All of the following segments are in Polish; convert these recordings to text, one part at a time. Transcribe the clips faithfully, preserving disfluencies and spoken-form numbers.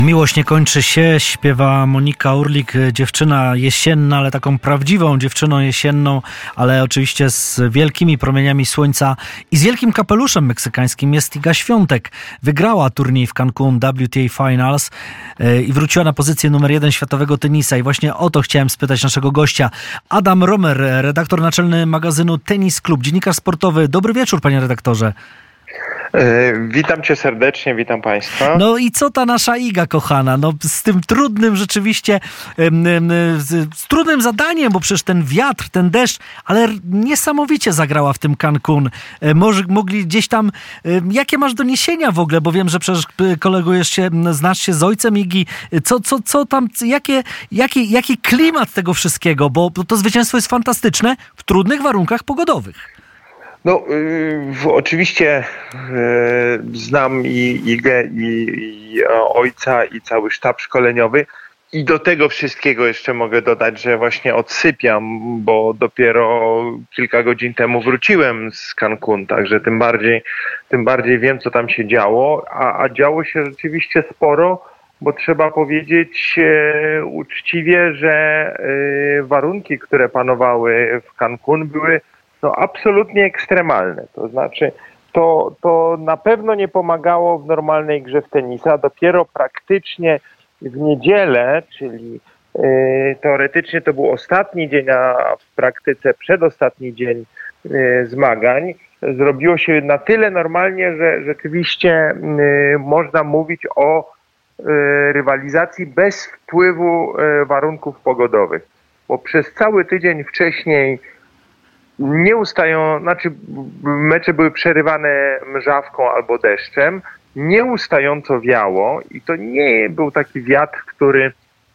Miłość nie kończy się, śpiewa Monika Urlik, dziewczyna jesienna, ale taką prawdziwą dziewczyną jesienną, ale oczywiście z wielkimi promieniami słońca i z wielkim kapeluszem meksykańskim jest Iga Świątek. Wygrała turniej w Cancun W T A Finals i wróciła na pozycję numer jeden światowego tenisa i właśnie o to chciałem spytać naszego gościa. Adam Romer, redaktor naczelny magazynu Tenis Klub, dziennikarz sportowy. Dobry wieczór, panie redaktorze. Witam cię serdecznie, witam państwa. No i co ta nasza Iga kochana? No z tym trudnym rzeczywiście, z trudnym zadaniem, bo przecież ten wiatr, ten deszcz, ale niesamowicie zagrała w tym Cancun. Może mogli gdzieś tam, jakie masz doniesienia w ogóle, bo wiem, że przecież kolegujesz się, znasz się z ojcem Igi. Co, co, co tam, jakie, jaki, jaki klimat tego wszystkiego, bo to zwycięstwo jest fantastyczne w trudnych warunkach pogodowych. No, y, oczywiście y, znam i Igę, i, i ojca, i cały sztab szkoleniowy. I do tego wszystkiego jeszcze mogę dodać, że właśnie odsypiam, bo dopiero kilka godzin temu wróciłem z Cancun, także tym bardziej, tym bardziej wiem, co tam się działo, a, a działo się rzeczywiście sporo, bo trzeba powiedzieć e, uczciwie, że e, warunki, które panowały w Cancun, były no absolutnie ekstremalne. To znaczy, to, to na pewno nie pomagało w normalnej grze w tenisa. Dopiero praktycznie w niedzielę, czyli y, teoretycznie to był ostatni dzień, a w praktyce przedostatni dzień y, zmagań, zrobiło się na tyle normalnie, że rzeczywiście y, można mówić o y, rywalizacji bez wpływu y, warunków pogodowych. Bo przez cały tydzień wcześniej nie ustają, znaczy mecze były przerywane mrzawką albo deszczem, nieustająco wiało i to nie był taki wiatr, który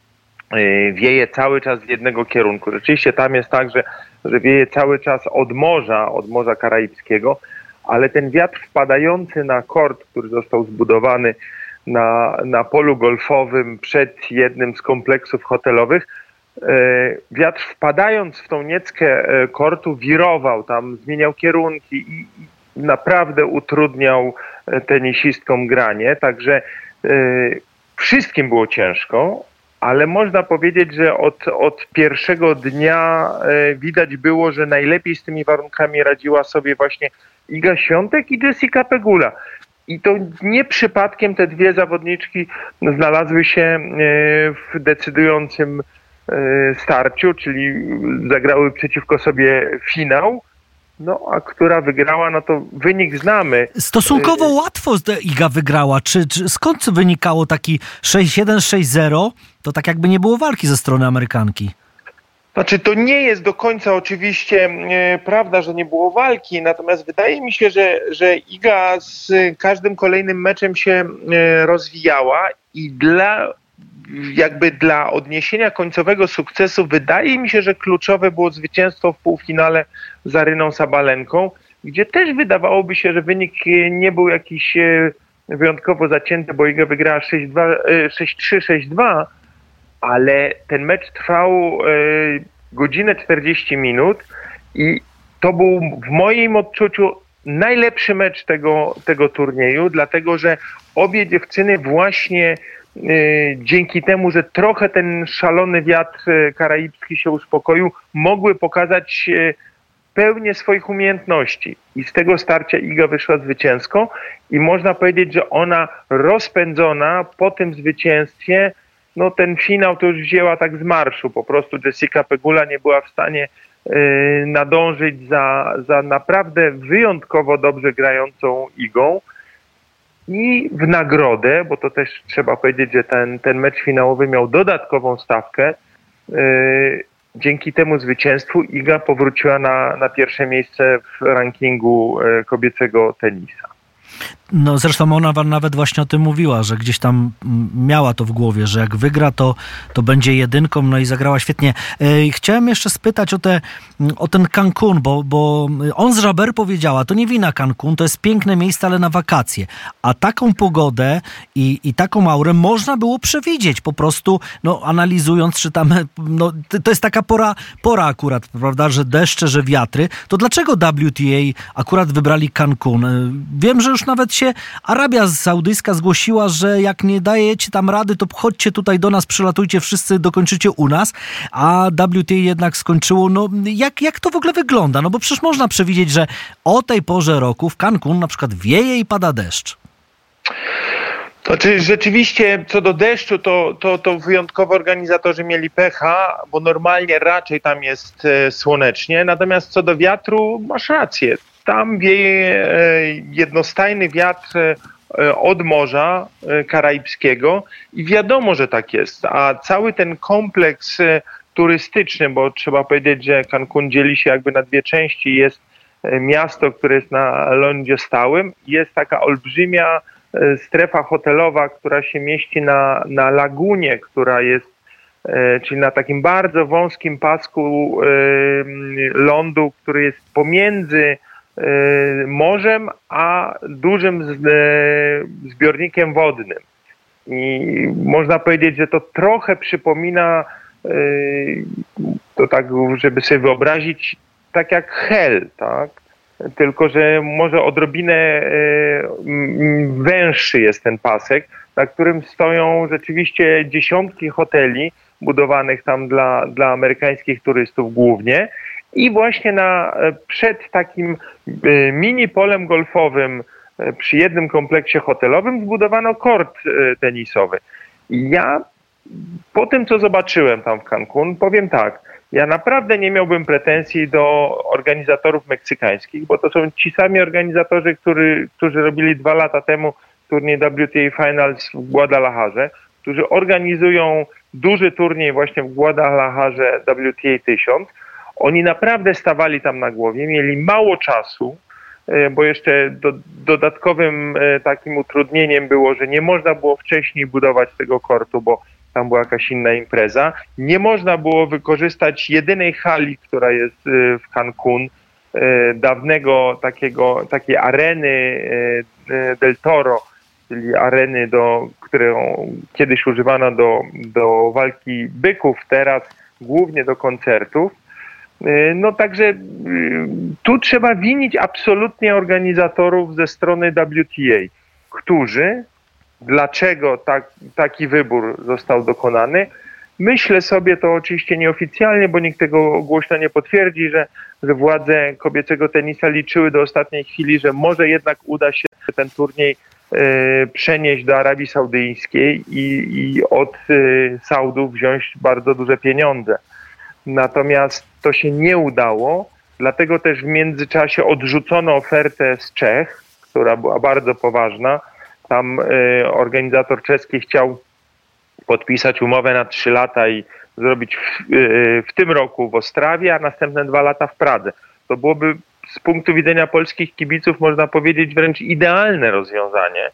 wieje cały czas z jednego kierunku. Rzeczywiście tam jest tak, że, że wieje cały czas od morza, od Morza Karaibskiego, ale ten wiatr wpadający na kort, który został zbudowany na, na polu golfowym przed jednym z kompleksów hotelowych, wiatr wpadając w tą nieckę kortu wirował tam, zmieniał kierunki i naprawdę utrudniał tenisistkom granie, także wszystkim było ciężko, ale można powiedzieć, że od, od pierwszego dnia widać było, że najlepiej z tymi warunkami radziła sobie właśnie Iga Świątek i Jessica Pegula. I to nie przypadkiem te dwie zawodniczki znalazły się w decydującym starciu, czyli zagrały przeciwko sobie finał, no a która wygrała, no to wynik znamy. Stosunkowo łatwo Iga wygrała. Czy, czy skąd wynikało taki sześć jeden, sześć zero? To tak jakby nie było walki ze strony Amerykanki. Znaczy to nie jest do końca oczywiście e, prawda, że nie było walki, natomiast wydaje mi się, że, że Iga z każdym kolejnym meczem się e, rozwijała i dla jakby dla odniesienia końcowego sukcesu wydaje mi się, że kluczowe było zwycięstwo w półfinale z Aryną Sabalenką, gdzie też wydawałoby się, że wynik nie był jakiś wyjątkowo zacięty, bo Iga wygrała sześć dwa, sześć trzy, sześć dwa, ale ten mecz trwał godzinę czterdzieści minut i to był w moim odczuciu najlepszy mecz tego, tego turnieju, dlatego że obie dziewczyny właśnie dzięki temu, że trochę ten szalony wiatr karaibski się uspokoił, mogły pokazać pełnię swoich umiejętności. I z tego starcia Iga wyszła zwycięsko i można powiedzieć, że ona rozpędzona po tym zwycięstwie, no ten finał to już wzięła tak z marszu. Po prostu Jessica Pegula nie była w stanie yy, nadążyć za, za naprawdę wyjątkowo dobrze grającą Igą. I w nagrodę, bo to też trzeba powiedzieć, że ten, ten mecz finałowy miał dodatkową stawkę. Yy, dzięki temu zwycięstwu Iga powróciła na, na pierwsze miejsce w rankingu yy, kobiecego tenisa. No zresztą ona nawet właśnie o tym mówiła, że gdzieś tam miała to w głowie, że jak wygra, to, to będzie jedynką, no i zagrała świetnie. Chciałem jeszcze spytać o, te, o ten Cancun, bo, bo Ons Jabeur powiedziała, to nie wina Cancun, to jest piękne miejsce, ale na wakacje. A taką pogodę i, i taką aurę można było przewidzieć, po prostu no, analizując, czy tam, no, to jest taka pora, pora akurat, prawda, że deszcze, że wiatry. To dlaczego W T A akurat wybrali Cancun? Wiem, że już już nawet się Arabia Saudyjska zgłosiła, że jak nie dajecie tam rady, to chodźcie tutaj do nas, przylatujcie wszyscy, dokończycie u nas, a W T A jednak skończyło. No jak, jak to w ogóle wygląda? No bo przecież można przewidzieć, że o tej porze roku w Cancun na przykład wieje i pada deszcz. Znaczy rzeczywiście co do deszczu, to, to, to wyjątkowo organizatorzy mieli pecha, bo normalnie raczej tam jest e, słonecznie, natomiast co do wiatru masz rację. Tam wieje e, jednostajny wiatr e, od Morza e, Karaibskiego i wiadomo, że tak jest, a cały ten kompleks e, turystyczny, bo trzeba powiedzieć, że Cancun dzieli się jakby na dwie części, jest e, miasto, które jest na lądzie stałym, jest taka olbrzymia strefa hotelowa, która się mieści na, na lagunie, która jest, e, czyli na takim bardzo wąskim pasku e, lądu, który jest pomiędzy e, morzem a dużym z, e, zbiornikiem wodnym. I można powiedzieć, że to trochę przypomina, e, to tak, żeby sobie wyobrazić, tak jak Hel, tak? Tylko że może odrobinę węższy jest ten pasek, na którym stoją rzeczywiście dziesiątki hoteli budowanych tam dla, dla amerykańskich turystów głównie i właśnie na, przed takim mini polem golfowym przy jednym kompleksie hotelowym zbudowano kort tenisowy. I ja po tym, co zobaczyłem tam w Cancun, powiem tak, ja naprawdę nie miałbym pretensji do organizatorów meksykańskich, bo to są ci sami organizatorzy, który, którzy robili dwa lata temu turniej W T A Finals w Guadalajarze, którzy organizują duży turniej właśnie w Guadalajarze W T A tysiąc. Oni naprawdę stawali tam na głowie, mieli mało czasu, bo jeszcze do, dodatkowym takim utrudnieniem było, że nie można było wcześniej budować tego kortu, bo tam była jakaś inna impreza. Nie można było wykorzystać jedynej hali, która jest w Cancun, dawnego takiego, takiej areny Del Toro, czyli areny, do, którą kiedyś używano do, do walki byków, teraz głównie do koncertów. No także tu trzeba winić absolutnie organizatorów ze strony W T A, którzy dlaczego tak, taki wybór został dokonany. Myślę sobie to oczywiście nieoficjalnie, bo nikt tego głośno nie potwierdzi, że, że władze kobiecego tenisa liczyły do ostatniej chwili, że może jednak uda się ten turniej e, przenieść do Arabii Saudyjskiej i, i od e, Saudów wziąć bardzo duże pieniądze. Natomiast to się nie udało, dlatego też w międzyczasie odrzucono ofertę z Czech, która była bardzo poważna. Tam y, organizator czeski chciał podpisać umowę na trzy lata i zrobić w, y, w tym roku w Ostrawie, a następne dwa lata w Pradze. To byłoby z punktu widzenia polskich kibiców, można powiedzieć, wręcz idealne rozwiązanie,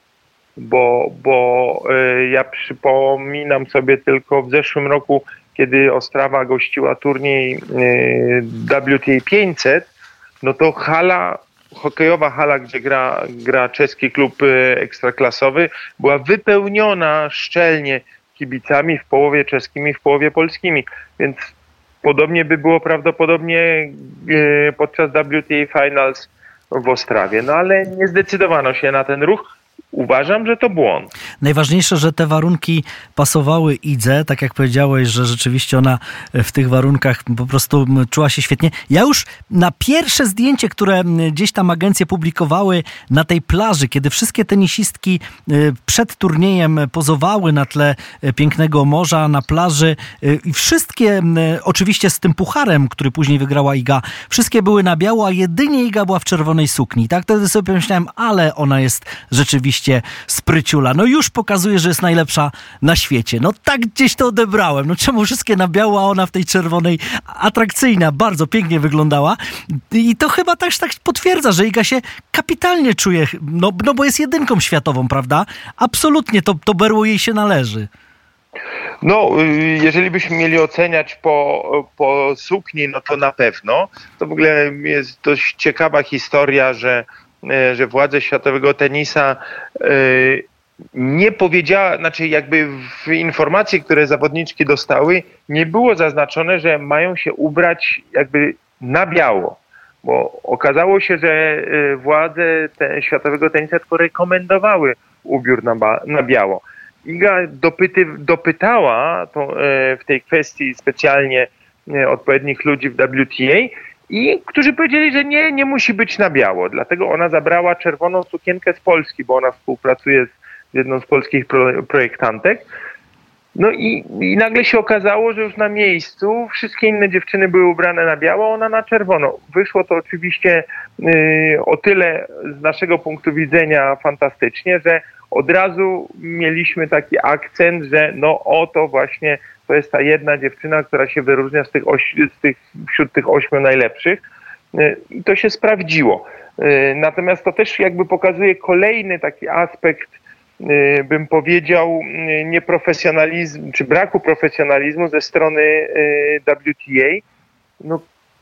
bo, bo y, ja przypominam sobie tylko w zeszłym roku, kiedy Ostrawa gościła turniej y, W T A pięćset, no to hala hokejowa hala, gdzie gra, gra czeski klub ekstraklasowy, była wypełniona szczelnie kibicami, w połowie czeskimi, w połowie polskimi. Więc podobnie by było prawdopodobnie podczas W T A Finals w Ostrawie. No ale nie zdecydowano się na ten ruch. Uważam, że to błąd. Najważniejsze, że te warunki pasowały Idze, tak jak powiedziałeś, że rzeczywiście ona w tych warunkach po prostu czuła się świetnie. Ja już na pierwsze zdjęcie, które gdzieś tam agencje publikowały na tej plaży, kiedy wszystkie tenisistki przed turniejem pozowały na tle pięknego morza, na plaży i wszystkie, oczywiście z tym pucharem, który później wygrała Iga, wszystkie były na biało, a jedynie Iga była w czerwonej sukni. Tak wtedy sobie pomyślałem, ale ona jest rzeczywiście spryciula. No już pokazuje, że jest najlepsza na świecie. No tak gdzieś to odebrałem. No czemu wszystkie na biało, a ona w tej czerwonej? Atrakcyjna, bardzo pięknie wyglądała. I to chyba też tak potwierdza, że Iga się kapitalnie czuje, no, no bo jest jedynką światową, prawda? Absolutnie to, to berło jej się należy. No, jeżeli byśmy mieli oceniać po, po sukni, no to na pewno. To w ogóle jest dość ciekawa historia, że że władze światowego tenisa nie powiedziała, znaczy jakby w informacji, które zawodniczki dostały, nie było zaznaczone, że mają się ubrać jakby na biało. bo okazało się, że władze te, światowego tenisa tylko rekomendowały ubiór na, ba, na biało. Iga dopyty, dopytała to, w tej kwestii specjalnie odpowiednich ludzi w W T A, i którzy powiedzieli, że nie, nie musi być na biało. Dlatego ona zabrała czerwoną sukienkę z Polski, bo ona współpracuje z jedną z polskich pro, projektantek. No i, i nagle się okazało, że już na miejscu wszystkie inne dziewczyny były ubrane na biało, ona na czerwono. Wyszło to oczywiście yy, o tyle z naszego punktu widzenia fantastycznie, że od razu mieliśmy taki akcent, że no oto właśnie to jest ta jedna dziewczyna, która się wyróżnia z tych, oś, z tych wśród tych ośmiu najlepszych. I to się sprawdziło. Natomiast to też jakby pokazuje kolejny taki aspekt, bym powiedział, nieprofesjonalizmu, czy braku profesjonalizmu ze strony W T A, no,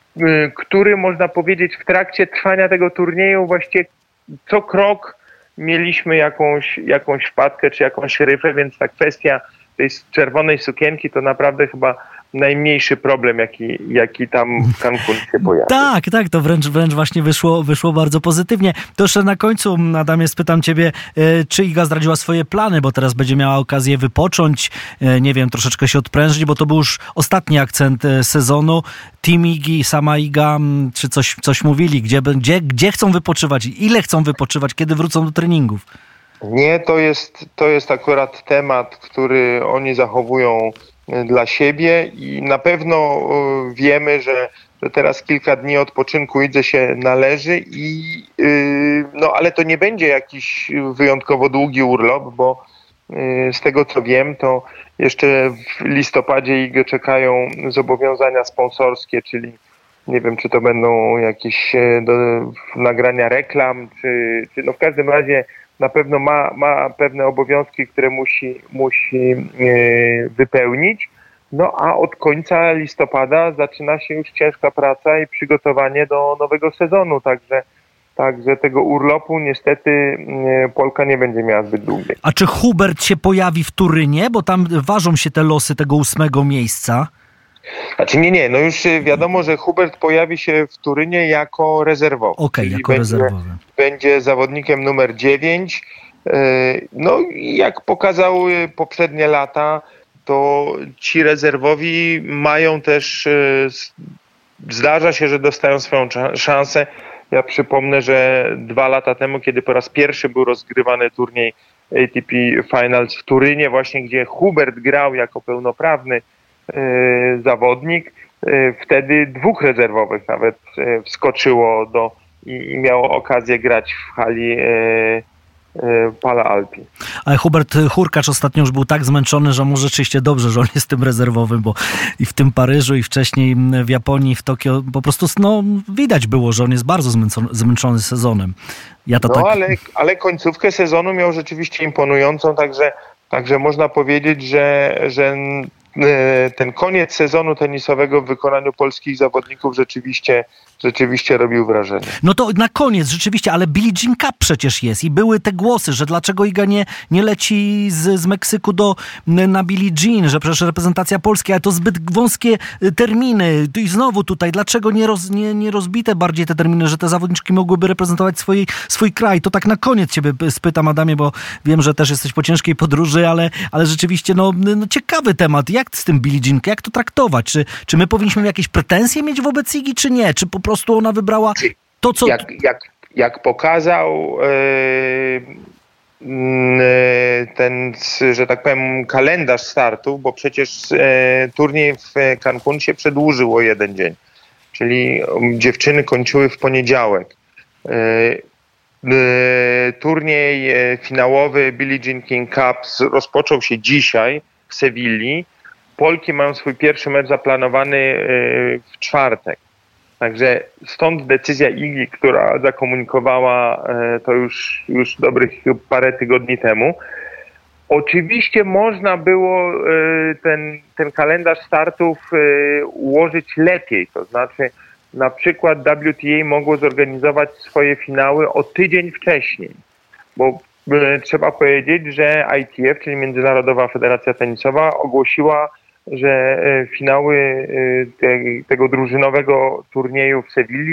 który można powiedzieć w trakcie trwania tego turnieju właściwie co krok mieliśmy jakąś, jakąś wpadkę czy jakąś ryfę, więc ta kwestia tej czerwonej sukienki to naprawdę chyba najmniejszy problem, jaki, jaki tam w Cancun się pojawił. Tak, tak, to wręcz, wręcz właśnie wyszło, wyszło bardzo pozytywnie. To jeszcze na końcu, Adamie, spytam ciebie, czy Iga zdradziła swoje plany, bo teraz będzie miała okazję wypocząć, nie wiem, troszeczkę się odprężyć, bo to był już ostatni akcent sezonu. Team Igi, sama Iga, czy coś, coś mówili, gdzie, gdzie, gdzie chcą wypoczywać, ile chcą wypoczywać, kiedy wrócą do treningów? Nie, to jest, to jest akurat temat, który oni zachowują dla siebie i na pewno wiemy, że, że teraz kilka dni odpoczynku Idze się należy i yy, no ale to nie będzie jakiś wyjątkowo długi urlop, bo yy, z tego co wiem, to jeszcze w listopadzie Igę czekają zobowiązania sponsorskie, czyli nie wiem, czy to będą jakieś do, nagrania reklam, czy, czy no w każdym razie na pewno ma, ma pewne obowiązki, które musi, musi yy, wypełnić. No a od końca listopada zaczyna się już ciężka praca i przygotowanie do nowego sezonu. Także, także tego urlopu niestety yy, Polka nie będzie miała zbyt długiej. A czy Hubert się pojawi w Turynie? Bo tam ważą się te losy tego ósmego miejsca. Znaczy nie, nie. No już wiadomo, że Hubert pojawi się w Turynie jako rezerwowy. Okej, okay, jako będzie, rezerwowy. Będzie zawodnikiem numer dziewięć. No i jak pokazały poprzednie lata, to ci rezerwowi mają też, zdarza się, że dostają swoją szansę. Ja przypomnę, że dwa lata temu, kiedy po raz pierwszy był rozgrywany turniej A T P Finals w Turynie, właśnie gdzie Hubert grał jako pełnoprawny zawodnik, wtedy dwóch rezerwowych nawet wskoczyło do i, i miało okazję grać w hali Pala Alpi. Ale Hubert Hurkacz ostatnio już był tak zmęczony, że może rzeczywiście dobrze, że on jest tym rezerwowym, bo i w tym Paryżu, i wcześniej w Japonii, w Tokio po prostu no, widać było, że on jest bardzo zmęczony, zmęczony sezonem. Ja to no tak... ale, ale końcówkę sezonu miał rzeczywiście imponującą, także, także można powiedzieć, że, że ten koniec sezonu tenisowego w wykonaniu polskich zawodników rzeczywiście, rzeczywiście robił wrażenie. No to na koniec rzeczywiście, ale Billie Jean Cup przecież jest i były te głosy, że dlaczego Iga nie, nie leci z, z Meksyku do, na Billie Jean, że przecież reprezentacja Polski, ale to zbyt wąskie terminy i znowu tutaj, dlaczego nie, roz, nie, nie rozbite bardziej te terminy, że te zawodniczki mogłyby reprezentować swój, swój kraj. To tak na koniec ciebie spytam, Adamie, bo wiem, że też jesteś po ciężkiej podróży, ale, ale rzeczywiście no, no ciekawy temat. Jak z tym Billie Jean, jak to traktować? Czy, czy my powinniśmy jakieś pretensje mieć wobec Igi, czy nie? Czy po prostu ona wybrała to, co... Jak, jak, jak pokazał yy, yy, ten, że tak powiem, kalendarz startów, bo przecież yy, turniej w Cancun się przedłużył o jeden dzień. Czyli dziewczyny kończyły w poniedziałek. Yy, yy, turniej finałowy Billie Jean King Cup rozpoczął się dzisiaj w Sewilli. Polki mają swój pierwszy mecz zaplanowany w czwartek. Także stąd decyzja Igi, która zakomunikowała to już, już dobrych parę tygodni temu. Oczywiście można było ten, ten kalendarz startów ułożyć lepiej. To znaczy na przykład W T A mogło zorganizować swoje finały o tydzień wcześniej. Bo trzeba powiedzieć, że I T F, czyli Międzynarodowa Federacja Tenisowa, ogłosiła, że finały te, tego drużynowego turnieju w Sewilli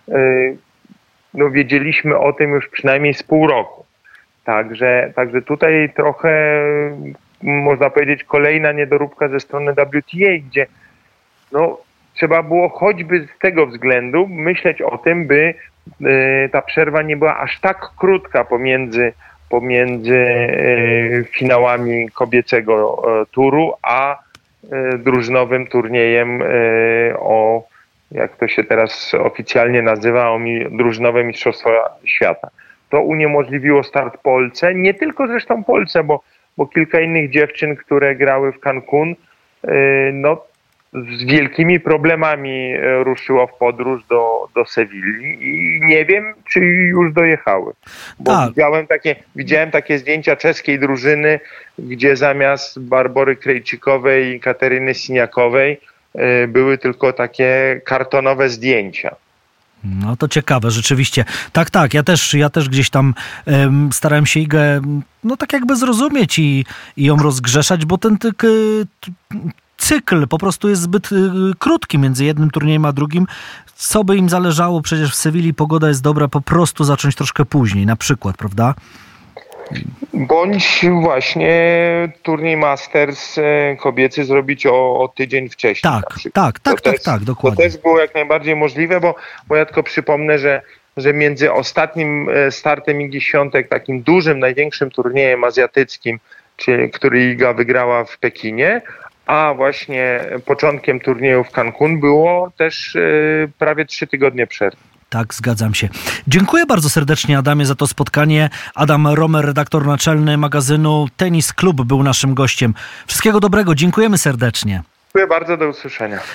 no wiedzieliśmy o tym już przynajmniej z pół roku. Także, także tutaj trochę, można powiedzieć, kolejna niedoróbka ze strony W T A, gdzie no, trzeba było choćby z tego względu myśleć o tym, by y, ta przerwa nie była aż tak krótka pomiędzy, pomiędzy y, finałami kobiecego y, turu, a y, drużynowym turniejem y, o, jak to się teraz oficjalnie nazywa, o mi, drużynowe Mistrzostwa Świata. To uniemożliwiło start Polce, nie tylko zresztą Polce, bo, bo kilka innych dziewczyn, które grały w Cancun, y, no z wielkimi problemami ruszyło w podróż do, do Sewilli i nie wiem, czy już dojechały. Bo tak. widziałem, takie, widziałem takie zdjęcia czeskiej drużyny, gdzie zamiast Barbory Krejcikowej i Kateryny Siniakowej y, były tylko takie kartonowe zdjęcia. No to ciekawe, rzeczywiście. Tak, tak, ja też, ja też gdzieś tam um, starałem się Igę, no tak jakby zrozumieć i, i ją rozgrzeszać, bo ten tyk, cykl po prostu jest zbyt y, krótki między jednym turniejem a drugim. Co by im zależało, przecież w Sewilli pogoda jest dobra, po prostu zacząć troszkę później, na przykład, prawda? Bądź właśnie turniej Masters kobiecy zrobić o, o tydzień wcześniej. Tak, tak, tak, tak, też, tak, dokładnie. To też było jak najbardziej możliwe, bo, bo ja tylko przypomnę, że, że między ostatnim startem Igi Świątek, takim dużym, największym turniejem azjatyckim, czyli, który Iga wygrała w Pekinie, a właśnie początkiem turnieju w Cancun było też yy, prawie trzy tygodnie przerwy. Tak, zgadzam się. Dziękuję bardzo serdecznie, Adamie, za to spotkanie. Adam Romer, redaktor naczelny magazynu Tenis Klub, był naszym gościem. Wszystkiego dobrego, dziękujemy serdecznie. Dziękuję bardzo, do usłyszenia.